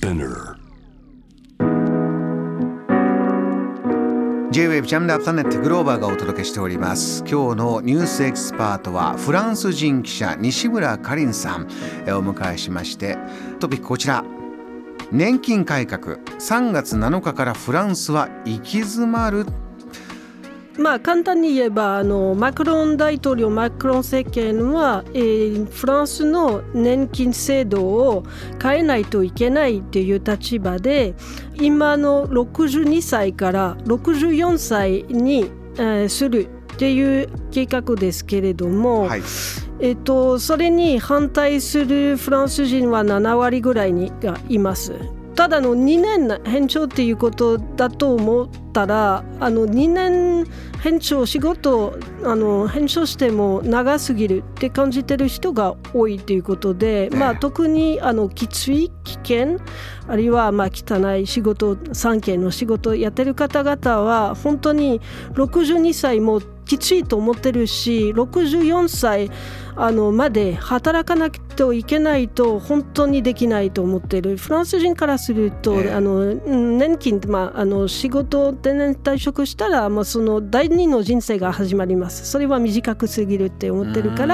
Spinner J-Wave ジャムダープラネットグローバーがお届けしております。今日のニュースエキスパートはフランス人記者西村かりんさんをお迎えしまして、トピックこちら、年金改革3月7日からフランスは行き詰まる。 簡単に言えばマクロン大統領、マクロン政権は、フランスの年金制度を変えないといけないという立場で、今の62歳から64歳に、するっていう計画ですけれども、はい、それに反対するフランス人は7割ぐらいがいます。ただ2年延長っていうことだと思ったら、2年延長仕事延長しても長すぎるって感じてる人が多いということで、特にきつい危険あるいは汚い仕事、産経の仕事をやってる方々は本当に62歳もきついと思ってるし、64歳まで働かなきゃいけないと本当にできないと思っている。フランス人からすると、年金、仕事で退職したら、その第二の人生が始まります。それは短くすぎるって思ってるから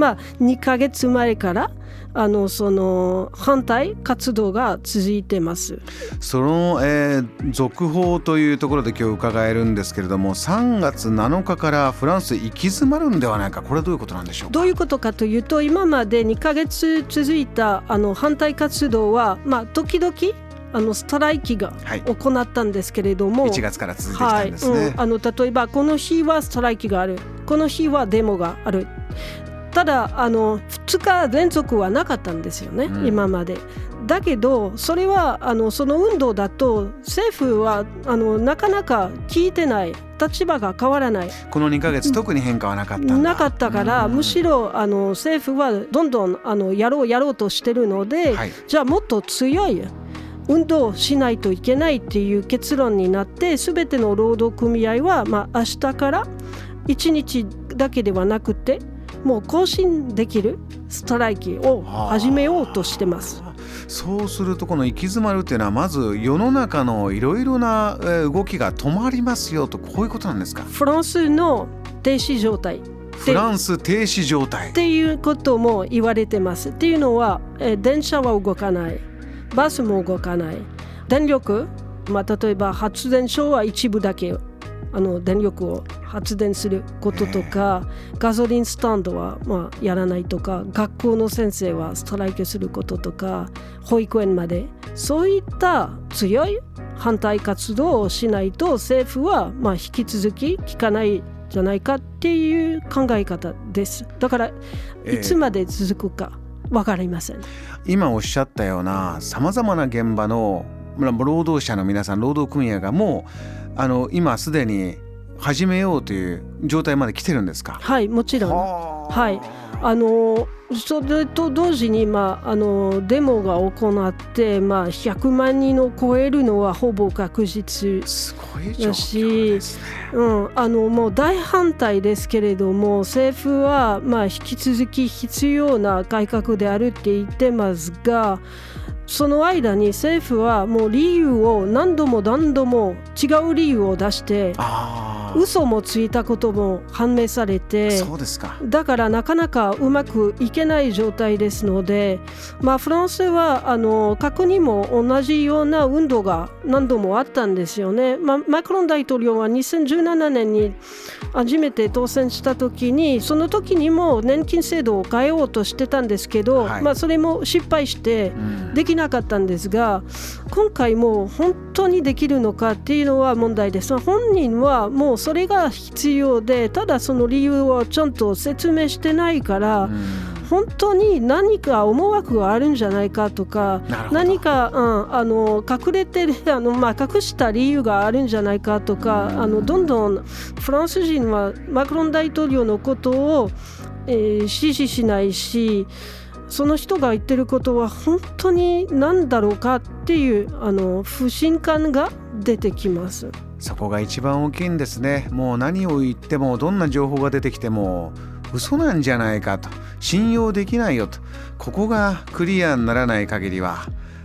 、2ヶ月前からその反対活動が続いてます。 その、続報というところで今日伺えるんですけれども、3月7日からフランス行き詰まるんではないか。これはどういうことなんでしょうか。 どういうことかというと、今まで2ヶ月続いた反対活動は、時々ストライキが行ったんですけれども、 1月から続いてきたんですね。 例えばこの日はストライキがある、この日はデモがある。ただ2日連続はなかったんですよね、今まで。だけどそれはその運動だと政府はなかなか聞いてない、立場が変わらない。 この2ヶ月特に変化はなかったんだ。 なかったから、むしろ政府はどんどんやろうとしてるので、じゃあもっと強い運動しないといけないっていう結論になって、すべての労働組合は明日から1日だけではなくてもう更新できるストライキを始めようとしてます。 そうするとこの行き詰まるっていうのは、まず世の中のいろいろな動きが止まりますよと、こういうことなんですか。 フランスの停止状態、 フランス停止状態っていうことも言われてます。っていうのは、電車は動かない、バスも動かない、電力、例えば発電所は一部だけ電力を発電することとか、ガソリンスタンドはやらないとか、学校の先生はストライキすることとか、保育園までそういった強い反対活動をしないと、政府は引き続き効かないじゃないかっていう考え方です。だからいつまで続くか分かりません。 今おっしゃったようなさまざまな現場の労働者の皆さん、労働組合がもう今すでに始めようという状態まで来てるんですか。 はい、もちろん。はい、それと同時に、デモが行って、100万人を超えるのはほぼ確実だし、 すごい状況ですね。 もう大反対ですけれども、政府は引き続き必要な改革であるって言ってますが、その間に政府はもう理由を何度も違う理由を出して、嘘もついたことも判明されて、 そうですか。 だからなかなかうまくいけない状態ですので、フランスは過去にも同じような運動が何度もあったんですよね。マクロン大統領は2017年に初めて当選した時に、その時にも年金制度を変えようとしてたんですけど、それも失敗してできなかったんですが、今回も本当にできるのかっていうのは問題です。本人はもうそれが必要で、ただその理由をちゃんと説明してないから、本当に何か思惑があるんじゃないかとか、何か、隠れてる隠した理由があるんじゃないかとか、どんどんフランス人はマクロン大統領のことを、支持しないし、その人が言ってることは本当に何だろうかっていう不信感が出てきます。 そこが一番大きいんですね。もう何を言っても、どんな情報が出てきても嘘なんじゃないかと、信用できないよと、ここがクリアにならない限りは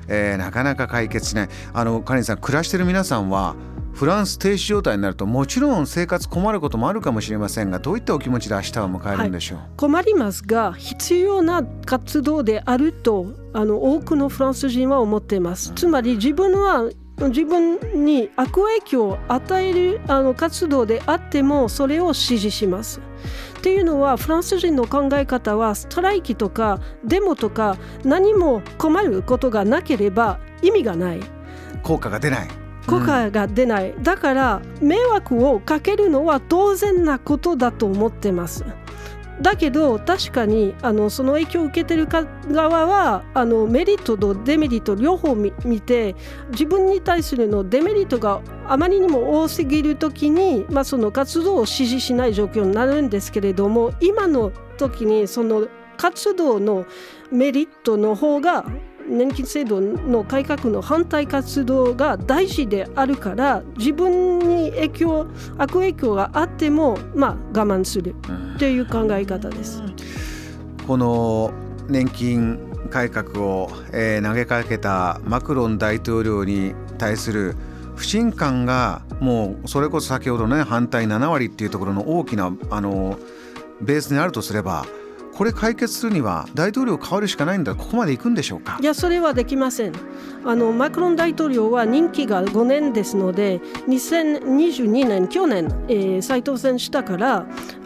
なかなか解決しない。カリンさん、暮らしている皆さんはフランス停止状態になるともちろん生活困ることもあるかもしれませんが、どういったお気持ちで明日を迎えるんでしょう。 困りますが必要な活動であると多くのフランス人は思っています。つまり自分に悪影響を与える活動であってもそれを支持します。っていうのはフランス人の考え方はストライキとかデモとか何も困ることがなければ意味がない。 効果が出ない。 だから迷惑をかけるのは当然なことだと思ってます。だけど確かにその影響を受けている側はメリットとデメリット両方見て、自分に対するのデメリットがあまりにも多すぎるときに、その活動を支持しない状況になるんですけれども、今の時にその活動のメリットの方が年金制度の改革の反対活動が大事であるから、自分に悪影響があっても我慢するという考え方です。 この年金改革を、投げかけたマクロン大統領に対する不信感がもうそれこそ先ほどね、反対7割っていうところの大きなベースにあるとすれば、これ解決するには大統領変わるしかないんだ、ここまで行くんでしょうか。 いや、それはできません。マクロン大統領は任期が5年ですので、2022年去年、再当選したから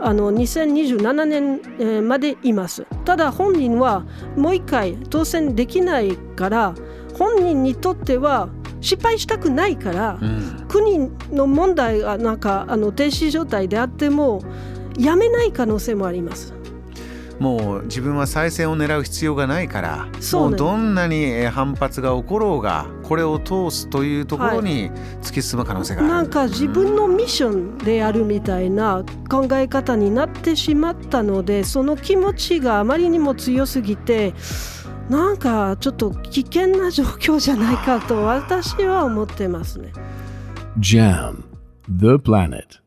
2027年、までいます。ただ本人はもう一回当選できないから、本人にとっては失敗したくないから、国の問題が停止状態であってもやめない可能性もあります。 もう自分は再選を狙う必要がないから、もうどんなに反発が起ころうがこれを通すというところに突き進む可能性がある、 自分のミッションであるみたいな考え方になってしまったので、その気持ちがあまりにも強すぎてちょっと危険な状況じゃないかと私は思ってますね。 JAM The Planet